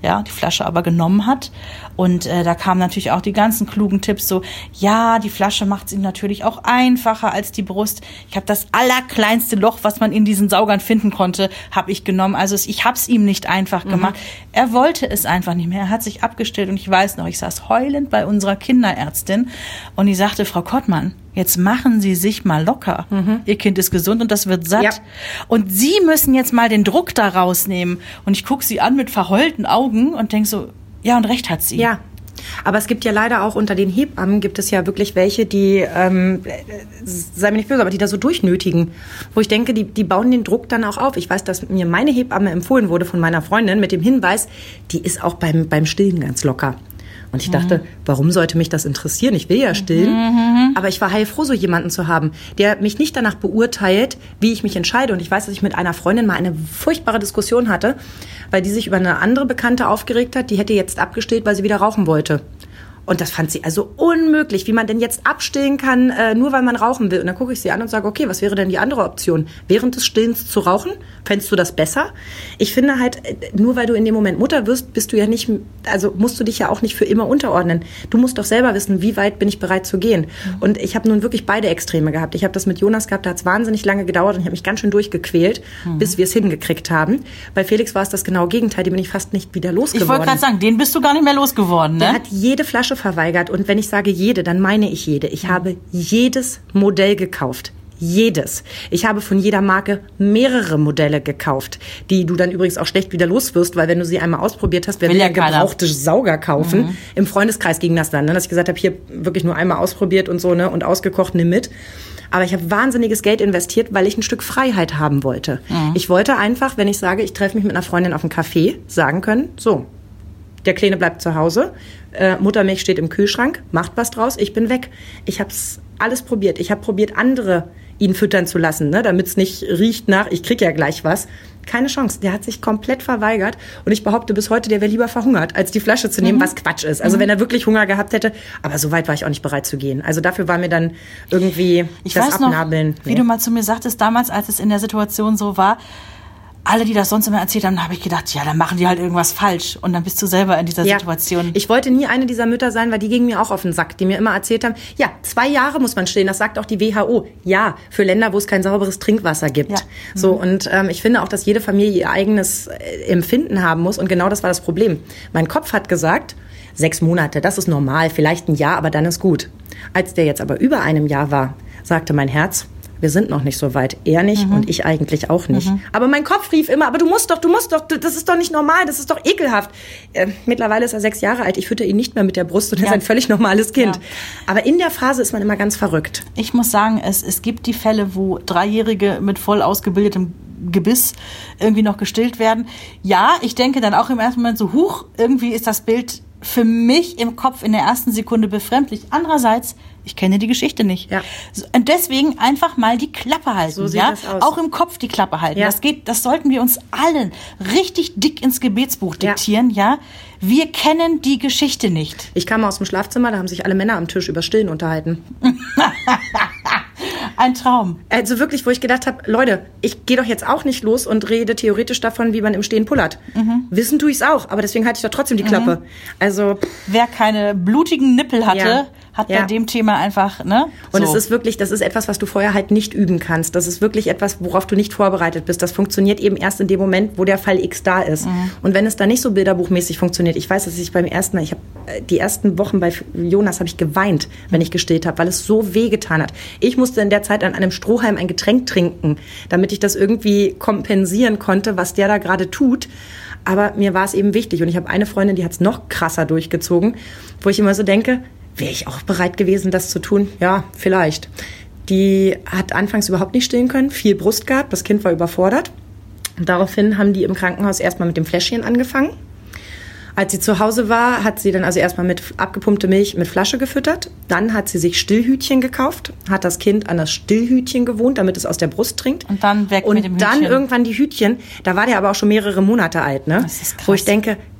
ja, die Flasche aber genommen hat. Und da kamen natürlich auch die ganzen klugen Tipps so, ja, die Flasche macht es ihm natürlich auch einfacher als die Brust. Ich habe das allerkleinste Loch, was man in diesen Saugern finden konnte, habe ich genommen. Also ich habe es ihm nicht einfach gemacht. Er wollte es einfach nicht mehr. Er hat sich abgestellt und ich weiß noch, ich saß heulend bei unserer Kinderärztin und die sagte, Frau Kottmann, jetzt machen Sie sich mal locker. Ihr Kind ist gesund und das wird satt. Ja. Und Sie müssen jetzt mal den Druck da rausnehmen. Und ich gucke sie an mit verheulten Augen und denke so, ja, und recht hat sie. Ja. Aber es gibt ja leider auch unter den Hebammen gibt es ja wirklich welche, die, sei mir nicht böse, aber die da so durchnötigen. Wo ich denke, die bauen den Druck dann auch auf. Ich weiß, dass mir meine Hebamme empfohlen wurde von meiner Freundin mit dem Hinweis, die ist auch beim Stillen ganz locker. Und ich dachte, warum sollte mich das interessieren? Ich will ja stillen. Aber ich war heilfroh, so jemanden zu haben, der mich nicht danach beurteilt, wie ich mich entscheide. Und ich weiß, dass ich mit einer Freundin mal eine furchtbare Diskussion hatte, weil die sich über eine andere Bekannte aufgeregt hat. Die hätte jetzt abgestillt, weil sie wieder rauchen wollte. Und das fand sie also unmöglich, wie man denn jetzt abstillen kann, nur weil man rauchen will. Und dann gucke ich sie an und sage, okay, was wäre denn die andere Option? Während des Stillens zu rauchen? Fändest du das besser? Ich finde halt, nur weil du in dem Moment Mutter wirst, bist du ja nicht, also musst du dich ja auch nicht für immer unterordnen. Du musst doch selber wissen, wie weit bin ich bereit zu gehen. Und ich habe nun wirklich beide Extreme gehabt. Ich habe das mit Jonas gehabt, da hat es wahnsinnig lange gedauert und ich habe mich ganz schön durchgequält, bis wir es hingekriegt haben. Bei Felix war es das genaue Gegenteil, den bin ich fast nicht wieder losgeworden. Ich wollte gerade sagen, den bist du gar nicht mehr losgeworden, ne? Der hat jede Flasche verweigert. Und wenn ich sage jede, dann meine ich jede. Ich habe jedes Modell gekauft. Jedes. Ich habe von jeder Marke mehrere Modelle gekauft, die du dann übrigens auch schlecht wieder los wirst, weil wenn du sie einmal ausprobiert hast, wer will ja gebrauchte Sauger kaufen. Im Freundeskreis ging das dann, ne, dass ich gesagt habe, hier wirklich nur einmal ausprobiert und so, ne, und ausgekocht, nimm mit. Aber ich habe wahnsinniges Geld investiert, weil ich ein Stück Freiheit haben wollte. Ich wollte einfach, wenn ich sage, ich treffe mich mit einer Freundin auf einen Café, sagen können, so, der Kleine bleibt zu Hause, Muttermilch steht im Kühlschrank, macht was draus, ich bin weg. Ich habe es alles probiert. Ich habe probiert, andere ihn füttern zu lassen, ne, damit es nicht riecht nach, ich krieg ja gleich was. Keine Chance. Der hat sich komplett verweigert. Und ich behaupte bis heute, der wäre lieber verhungert, als die Flasche zu nehmen, was Quatsch ist. Also wenn er wirklich Hunger gehabt hätte. Aber so weit war ich auch nicht bereit zu gehen. Also dafür war mir dann irgendwie das Abnabeln. Noch, wie du mal zu mir sagtest, damals, als es in der Situation so war, alle, die das sonst immer erzählt haben, habe ich gedacht, ja, dann machen die halt irgendwas falsch. Und dann bist du selber in dieser Situation. Ich wollte nie eine dieser Mütter sein, weil die gingen mir auch auf den Sack, die mir immer erzählt haben, ja, 2 Jahre muss man stillen, das sagt auch die WHO. Ja, für Länder, wo es kein sauberes Trinkwasser gibt. Ja. So, und ich finde auch, dass jede Familie ihr eigenes Empfinden haben muss. Und genau das war das Problem. Mein Kopf hat gesagt, 6 Monate, das ist normal, vielleicht 1 Jahr, aber dann ist gut. Als der jetzt aber über 1 Jahr war, sagte mein Herz, wir sind noch nicht so weit. Er nicht und ich eigentlich auch nicht. Aber mein Kopf rief immer, aber du musst doch, das ist doch nicht normal, das ist doch ekelhaft. Mittlerweile ist er 6 Jahre alt, ich fütter ihn nicht mehr mit der Brust und er ist ein völlig normales Kind. Ja. Aber in der Phase ist man immer ganz verrückt. Ich muss sagen, es gibt die Fälle, wo 3-Jährige mit voll ausgebildetem Gebiss irgendwie noch gestillt werden. Ja, ich denke dann auch im ersten Moment so, huch, irgendwie ist das Bild für mich im Kopf in der ersten Sekunde befremdlich. Andererseits, ich kenne die Geschichte nicht. Ja. Und deswegen einfach mal die Klappe halten. So sieht das aus. Auch im Kopf die Klappe halten. Ja. Das sollten wir uns allen richtig dick ins Gebetsbuch diktieren, ja. Wir kennen die Geschichte nicht. Ich kam aus dem Schlafzimmer, da haben sich alle Männer am Tisch über Stillen unterhalten. Ein Traum. Also wirklich, wo ich gedacht habe, Leute, ich gehe doch jetzt auch nicht los und rede theoretisch davon, wie man im Stehen pullert. Wissen tue ich es auch, aber deswegen halte ich doch trotzdem die Klappe. Also wer keine blutigen Nippel hatte, hat bei dem Thema einfach, ne? Und es ist wirklich, das ist etwas, was du vorher halt nicht üben kannst. Das ist wirklich etwas, worauf du nicht vorbereitet bist. Das funktioniert eben erst in dem Moment, wo der Fall X da ist. Und wenn es dann nicht so bilderbuchmäßig funktioniert, ich weiß, dass ich beim ersten Mal, ich habe die ersten Wochen bei Jonas habe ich geweint, wenn ich gestillt habe, weil es so wehgetan hat. Ich musste in der Zeit an einem Strohhalm ein Getränk trinken, damit ich das irgendwie kompensieren konnte, was der da gerade tut. Aber mir war es eben wichtig. Und ich habe eine Freundin, die hat es noch krasser durchgezogen, wo ich immer so denke, wäre ich auch bereit gewesen, das zu tun? Ja, vielleicht. Die hat anfangs überhaupt nicht stillen können, viel Brust gehabt, das Kind war überfordert. Und daraufhin haben die im Krankenhaus erstmal mit dem Fläschchen angefangen. Als sie zu Hause war, hat sie dann also erstmal mit abgepumpte Milch mit Flasche gefüttert. Dann hat sie sich Stillhütchen gekauft, hat das Kind an das Stillhütchen gewohnt, damit es aus der Brust trinkt. Und dann weg mit dem Hütchen. Und dann irgendwann die Hütchen, da war der aber auch schon mehrere Monate alt, ne? Das ist krass. Wo ich denke,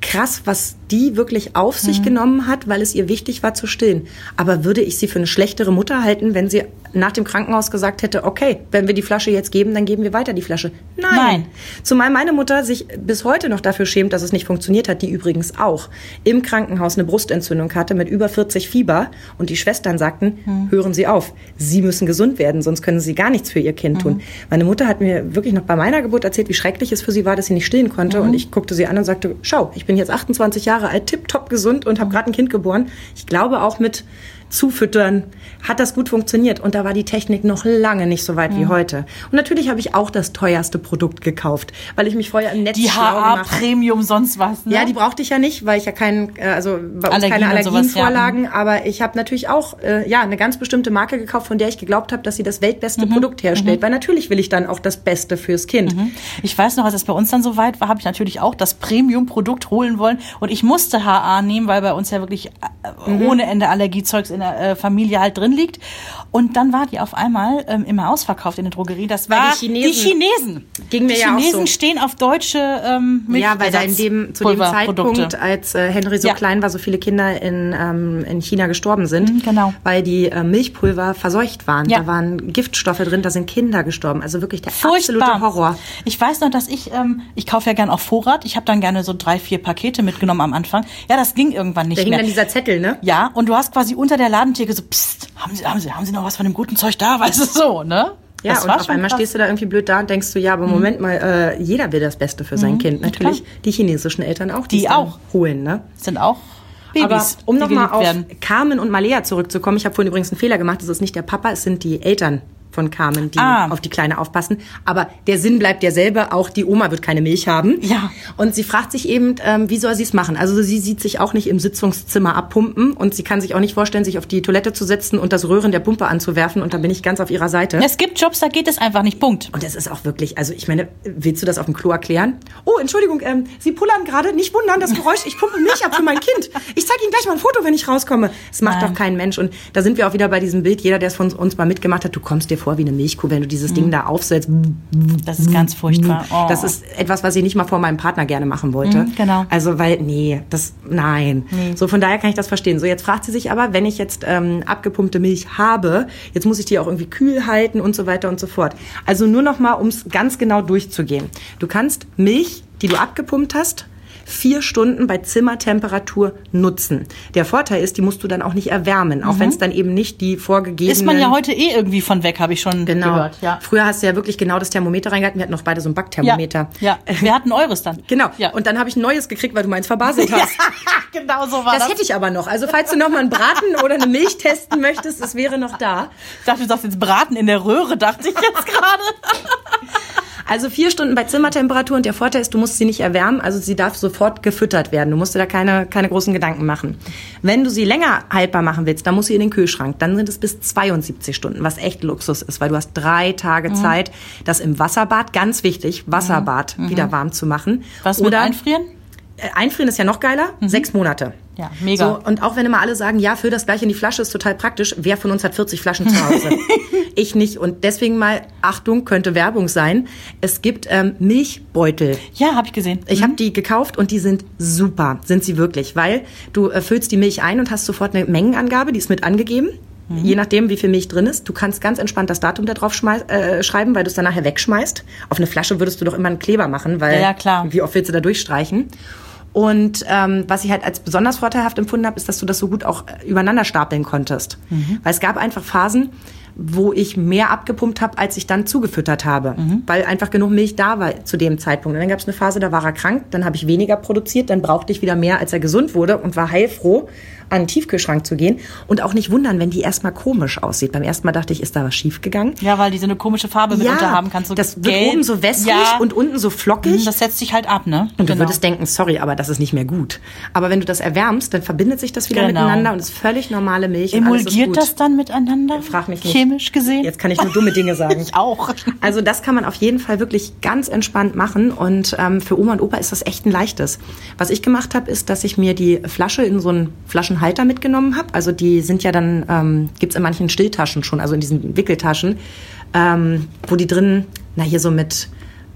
krass, was die wirklich auf sich genommen hat, weil es ihr wichtig war zu stillen. Aber würde ich sie für eine schlechtere Mutter halten, wenn sie nach dem Krankenhaus gesagt hätte, okay, wenn wir die Flasche jetzt geben, dann geben wir weiter die Flasche? Nein. Zumal meine Mutter sich bis heute noch dafür schämt, dass es nicht funktioniert hat, die übrigens auch im Krankenhaus eine Brustentzündung hatte mit über 40 Fieber und die Schwestern sagten, hören Sie auf, Sie müssen gesund werden, sonst können Sie gar nichts für Ihr Kind tun. Meine Mutter hat mir wirklich noch bei meiner Geburt erzählt, wie schrecklich es für sie war, dass sie nicht stillen konnte und ich guckte sie an und sagte, schau, ich bin jetzt 28 Jahre alt, tipptopp gesund und habe gerade ein Kind geboren. Ich glaube auch mit Zufüttern hat das gut funktioniert. Und da war die Technik noch lange nicht so weit wie heute. Und natürlich habe ich auch das teuerste Produkt gekauft, weil ich mich vorher im Netz die schlau gemacht habe. Premium sonst was, ne? Ja, die brauchte ich ja nicht, weil ich ja bei uns keine Allergien vorlagen. Aber ich habe natürlich auch eine ganz bestimmte Marke gekauft, von der ich geglaubt habe, dass sie das weltbeste Produkt herstellt. Weil natürlich will ich dann auch das Beste fürs Kind. Ich weiß noch, als es bei uns dann so weit war, habe ich natürlich auch das Premium-Produkt holen wollen. Und ich musste HA nehmen, weil bei uns ja wirklich ohne Ende Allergiezeugs in der Familie halt drin liegt. Und dann war die auf einmal immer ausverkauft in der Drogerie. Das war die Chinesen. Ging mir die ja auch Chinesen so. stehen auf deutsche Milch. Ja, weil da zu dem Zeitpunkt, als Henry so klein war, so viele Kinder in China gestorben sind. Genau. Weil die Milchpulver verseucht waren. Ja. Da waren Giftstoffe drin, da sind Kinder gestorben. Also wirklich der Furchtbar. absolute Horror. Ich weiß noch, dass ich kaufe ja gern auf Vorrat. Ich habe dann gerne so 3-4 Pakete mitgenommen am Anfang. Ja, das ging irgendwann nicht mehr. Da hing dann dieser Zettel, ne? Ja, und du hast quasi unter der Ladentheke so, psst, haben Sie noch was von dem guten Zeug da? Weißt du, so, ne? Ja, und auf einmal stehst du da irgendwie blöd da und denkst du, ja, aber Moment mal, jeder will das Beste für sein Kind. Natürlich klar. die chinesischen Eltern auch, die es auch holen, ne? Sind auch Babys, aber um nochmal auf werden. Carmen und Malea zurückzukommen, ich habe vorhin übrigens einen Fehler gemacht, das ist nicht der Papa, es sind die Eltern von Carmen, die auf die Kleine aufpassen. Aber der Sinn bleibt derselbe, auch die Oma wird keine Milch haben. Ja. Und sie fragt sich eben, wie soll sie es machen? Also sie sieht sich auch nicht im Sitzungszimmer abpumpen und sie kann sich auch nicht vorstellen, sich auf die Toilette zu setzen und das Röhren der Pumpe anzuwerfen und da bin ich ganz auf ihrer Seite. Es gibt Jobs, da geht es einfach nicht, Punkt. Und es ist auch wirklich, also ich meine, willst du das auf dem Klo erklären? Oh, Entschuldigung, Sie pullern gerade, nicht wundern, das Geräusch, ich pumpe Milch ab für mein Kind. Ich zeige Ihnen gleich mal ein Foto, wenn ich rauskomme. Das macht doch kein Mensch. Und da sind wir auch wieder bei diesem Bild, jeder, der es von uns mal mitgemacht hat, du kommst dir vor wie eine Milchkuh, wenn du dieses Ding da aufsetzt. Das ist ganz furchtbar. Oh. Das ist etwas, was ich nicht mal vor meinem Partner gerne machen wollte. Genau. Also, weil, nein. So, von daher kann ich das verstehen. So, jetzt fragt sie sich aber, wenn ich jetzt abgepumpte Milch habe, jetzt muss ich die auch irgendwie kühl halten und so weiter und so fort. Also nur noch mal, um es ganz genau durchzugehen. Du kannst Milch, die du abgepumpt hast, 4 Stunden bei Zimmertemperatur nutzen. Der Vorteil ist, die musst du dann auch nicht erwärmen, auch wenn es dann eben nicht die vorgegebenen... Ist man ja heute irgendwie von weg, habe ich schon gehört. Ja. Früher hast du ja wirklich genau das Thermometer reingehalten. Wir hatten noch beide so ein Backthermometer. Ja. Wir hatten eures dann. Genau. Ja. Und dann habe ich ein neues gekriegt, weil du meins verbaselt hast. Genau so war das. Das hätte ich aber noch. Also falls du noch mal einen Braten oder eine Milch testen möchtest, das wäre noch da. Ich dachte, du sagst jetzt Braten in der Röhre, dachte ich jetzt gerade. Also 4 Stunden bei Zimmertemperatur und der Vorteil ist, du musst sie nicht erwärmen, also sie darf sofort gefüttert werden. Du musst dir da keine großen Gedanken machen. Wenn du sie länger haltbar machen willst, dann muss sie in den Kühlschrank. Dann sind es bis 72 Stunden, was echt Luxus ist, weil du hast 3 Tage Zeit, das im Wasserbad, ganz wichtig, Wasserbad wieder warm zu machen. Was mit Einfrieren? Einfrieren ist ja noch geiler, 6 Monate. Ja, mega. So, und auch wenn immer alle sagen, ja, füll das gleich in die Flasche, ist total praktisch. Wer von uns hat 40 Flaschen zu Hause? Ich nicht. Und deswegen mal, Achtung, könnte Werbung sein. Es gibt Milchbeutel. Ja, habe ich gesehen. Ich habe die gekauft und die sind super, sind sie wirklich. Weil du füllst die Milch ein und hast sofort eine Mengenangabe, die ist mit angegeben. Je nachdem, wie viel Milch drin ist. Du kannst ganz entspannt das Datum da drauf schreiben, weil du es dann nachher wegschmeißt. Auf eine Flasche würdest du doch immer einen Kleber machen, weil ja, klar. Wie oft willst du da durchstreichen? Und was ich halt als besonders vorteilhaft empfunden habe, ist, dass du das so gut auch übereinander stapeln konntest. Weil es gab einfach Phasen, wo ich mehr abgepumpt habe, als ich dann zugefüttert habe. Weil einfach genug Milch da war zu dem Zeitpunkt. Und dann gab es eine Phase, da war er krank, dann habe ich weniger produziert, dann brauchte ich wieder mehr, als er gesund wurde und war heilfroh, an den Tiefkühlschrank zu gehen. Und auch nicht wundern, wenn die erstmal komisch aussieht. Beim ersten Mal dachte ich, ist da was schief gegangen? Ja, weil die so eine komische Farbe mitunter haben kannst. So das gelb. wird oben so wässrig und unten so flockig. Das setzt sich halt ab, ne? Und du würdest denken, sorry, aber das ist nicht mehr gut. Aber wenn du das erwärmst, dann verbindet sich das wieder miteinander und ist völlig normale Milch. Emulgiert und alles ist gut. Das dann miteinander? Frag mich nicht. Chemisch gesehen? Jetzt kann ich nur dumme Dinge sagen. Ich auch. Also das kann man auf jeden Fall wirklich ganz entspannt machen und für Oma und Opa ist das echt ein leichtes. Was ich gemacht habe, ist, dass ich mir die Flasche in so einen Flaschenhalter mitgenommen habe. Also die sind ja dann, gibt's in manchen Stilltaschen schon, also in diesen Wickeltaschen, wo die drin, hier so mit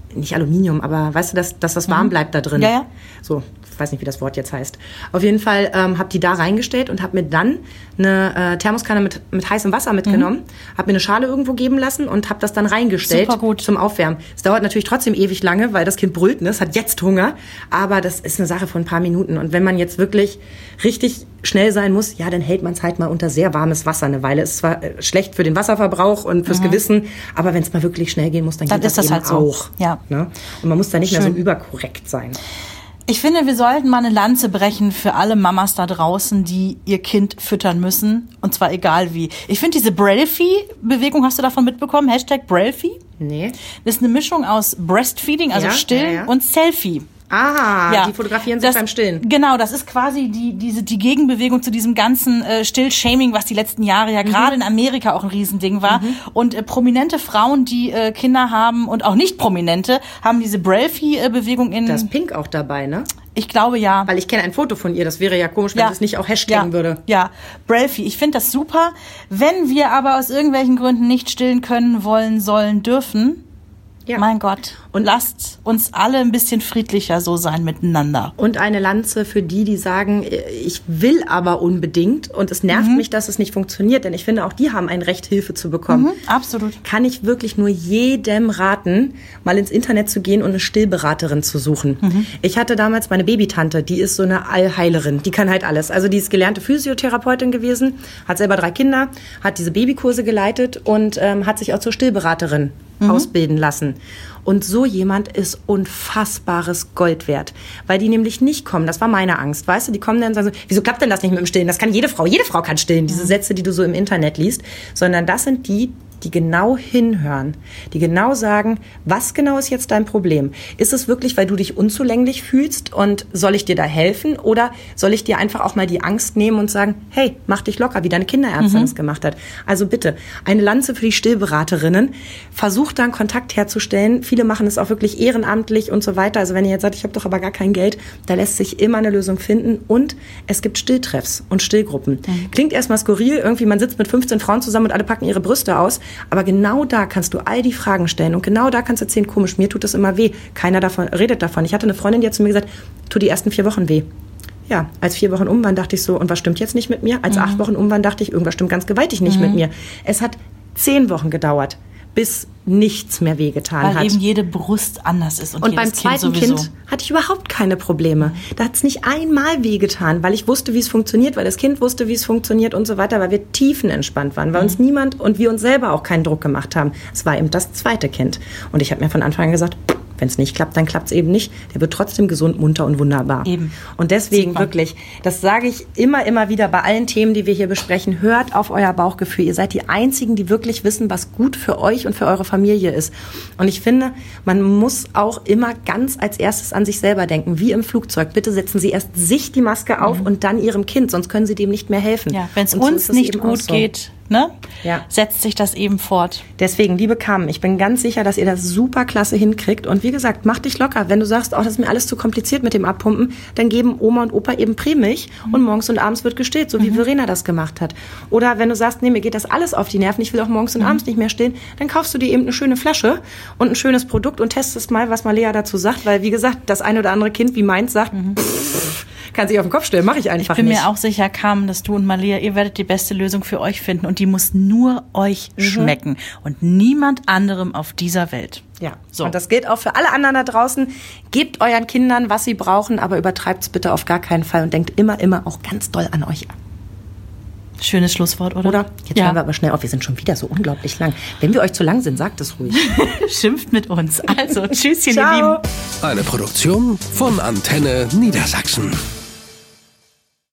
nicht Aluminium, aber weißt du, dass das warm bleibt da drin. Ja. So, ich weiß nicht, wie das Wort jetzt heißt. Auf jeden Fall habe die da reingestellt und habe mir dann eine Thermoskanne mit heißem Wasser mitgenommen, habe mir eine Schale irgendwo geben lassen und habe das dann reingestellt zum Aufwärmen. Es dauert natürlich trotzdem ewig lange, weil das Kind brüllt, ne? Es hat jetzt Hunger, aber das ist eine Sache von ein paar Minuten. Und wenn man jetzt wirklich richtig schnell sein muss, ja, dann hält man es halt mal unter sehr warmes Wasser eine Weile. Ist zwar schlecht für den Wasserverbrauch und fürs Gewissen, aber wenn es mal wirklich schnell gehen muss, dann geht das eben halt so. Auch. Ja. Ne? Und man muss da nicht mehr so überkorrekt sein. Ich finde, wir sollten mal eine Lanze brechen für alle Mamas da draußen, die ihr Kind füttern müssen. Und zwar egal wie. Ich finde diese Brailfee-Bewegung, hast du davon mitbekommen? #Brailfee? Nee. Das ist eine Mischung aus Breastfeeding, also Stillen, und Selfie. Ah, die fotografieren sich beim Stillen. Genau, das ist quasi die Gegenbewegung zu diesem ganzen Still-Shaming, was die letzten Jahre ja gerade in Amerika auch ein Riesending war. Und prominente Frauen, die Kinder haben und auch nicht prominente, haben diese Brailfee-Bewegung in... Da ist Pink auch dabei, ne? Ich glaube, ja. Weil ich kenne ein Foto von ihr. Das wäre ja komisch, wenn sie es nicht auch hashtaggen würde. Ja, Brailfee. Ich finde das super. Wenn wir aber aus irgendwelchen Gründen nicht stillen können, wollen, sollen, dürfen... Ja. Mein Gott. Und lasst uns alle ein bisschen friedlicher so sein miteinander. Und eine Lanze für die sagen, ich will aber unbedingt und es nervt mich, dass es nicht funktioniert. Denn ich finde, auch die haben ein Recht, Hilfe zu bekommen. Absolut. Kann ich wirklich nur jedem raten, mal ins Internet zu gehen und eine Stillberaterin zu suchen. Ich hatte damals meine Babytante, die ist so eine Allheilerin. Die kann halt alles. Also die ist gelernte Physiotherapeutin gewesen, hat selber 3 Kinder, hat diese Babykurse geleitet und hat sich auch zur Stillberaterin ausbilden lassen. Und so jemand ist unfassbares Gold wert. Weil die nämlich nicht kommen, das war meine Angst, weißt du, die kommen dann und sagen so, wieso klappt denn das nicht mit dem Stillen? Das kann jede Frau kann stillen, diese Sätze, die du so im Internet liest. Sondern das sind die genau hinhören, die genau sagen, was genau ist jetzt dein Problem? Ist es wirklich, weil du dich unzulänglich fühlst und soll ich dir da helfen? Oder soll ich dir einfach auch mal die Angst nehmen und sagen, hey, mach dich locker, wie deine Kinderärztin es gemacht hat. Also bitte, eine Lanze für die Stillberaterinnen. Versucht dann Kontakt herzustellen. Viele machen es auch wirklich ehrenamtlich und so weiter. Also wenn ihr jetzt sagt, ich habe doch aber gar kein Geld, da lässt sich immer eine Lösung finden. Und es gibt Stilltreffs und Stillgruppen. Klingt erstmal skurril, irgendwie man sitzt mit 15 Frauen zusammen und alle packen ihre Brüste aus. Aber genau da kannst du all die Fragen stellen und genau da kannst du erzählen, komisch, mir tut das immer weh. Keiner redet davon. Ich hatte eine Freundin, die hat zu mir gesagt, tut die ersten 4 Wochen weh. Ja, als 4 Wochen um waren, dachte ich so, und was stimmt jetzt nicht mit mir? Als 8 Wochen um waren, dachte ich, irgendwas stimmt ganz gewaltig nicht mit mir. Es hat 10 Wochen gedauert, bis nichts mehr wehgetan hat. Weil eben jede Brust anders ist. Und beim zweiten Kind hatte ich überhaupt keine Probleme. Da hat es nicht einmal wehgetan, weil ich wusste, wie es funktioniert, weil das Kind wusste, wie es funktioniert und so weiter, weil wir tiefenentspannt waren, weil uns niemand und wir uns selber auch keinen Druck gemacht haben. Es war eben das zweite Kind. Und ich habe mir von Anfang an gesagt, wenn es nicht klappt, dann klappt es eben nicht. Der wird trotzdem gesund, munter und wunderbar. Eben. Und deswegen wirklich, das sage ich immer wieder bei allen Themen, die wir hier besprechen, hört auf euer Bauchgefühl. Ihr seid die Einzigen, die wirklich wissen, was gut für euch und für eure Familie ist. Und ich finde, man muss auch immer ganz als erstes an sich selber denken, wie im Flugzeug. Bitte setzen Sie erst sich die Maske auf und dann Ihrem Kind, sonst können Sie dem nicht mehr helfen. Ja, wenn es uns nicht gut geht, ne, setzt sich das eben fort. Deswegen, liebe Carmen, ich bin ganz sicher, dass ihr das super klasse hinkriegt. Und wie gesagt, mach dich locker. Wenn du sagst, das ist mir alles zu kompliziert mit dem Abpumpen, dann geben Oma und Opa eben Prämilch und morgens und abends wird gestillt, so wie Verena das gemacht hat. Oder wenn du sagst, nee, mir geht das alles auf die Nerven, ich will auch morgens und abends nicht mehr stillen, dann kaufst du dir eben eine schöne Flasche und ein schönes Produkt und testest mal, was Malea dazu sagt. Weil, wie gesagt, das eine oder andere Kind wie meins sagt, kann sich auf den Kopf stellen, mache ich einfach nicht. Ich bin mir auch sicher, Carmen, dass du und Malea, ihr werdet die beste Lösung für euch finden und die muss nur euch schmecken und niemand anderem auf dieser Welt. Ja, so. Und das gilt auch für alle anderen da draußen. Gebt euren Kindern, was sie brauchen, aber übertreibt es bitte auf gar keinen Fall und denkt immer auch ganz doll an euch. Schönes Schlusswort, oder? Jetzt hören wir aber schnell auf, wir sind schon wieder so unglaublich lang. Wenn wir euch zu lang sind, sagt es ruhig. Schimpft mit uns. Also, tschüsschen, ihr Lieben. Eine Produktion von Antenne Niedersachsen.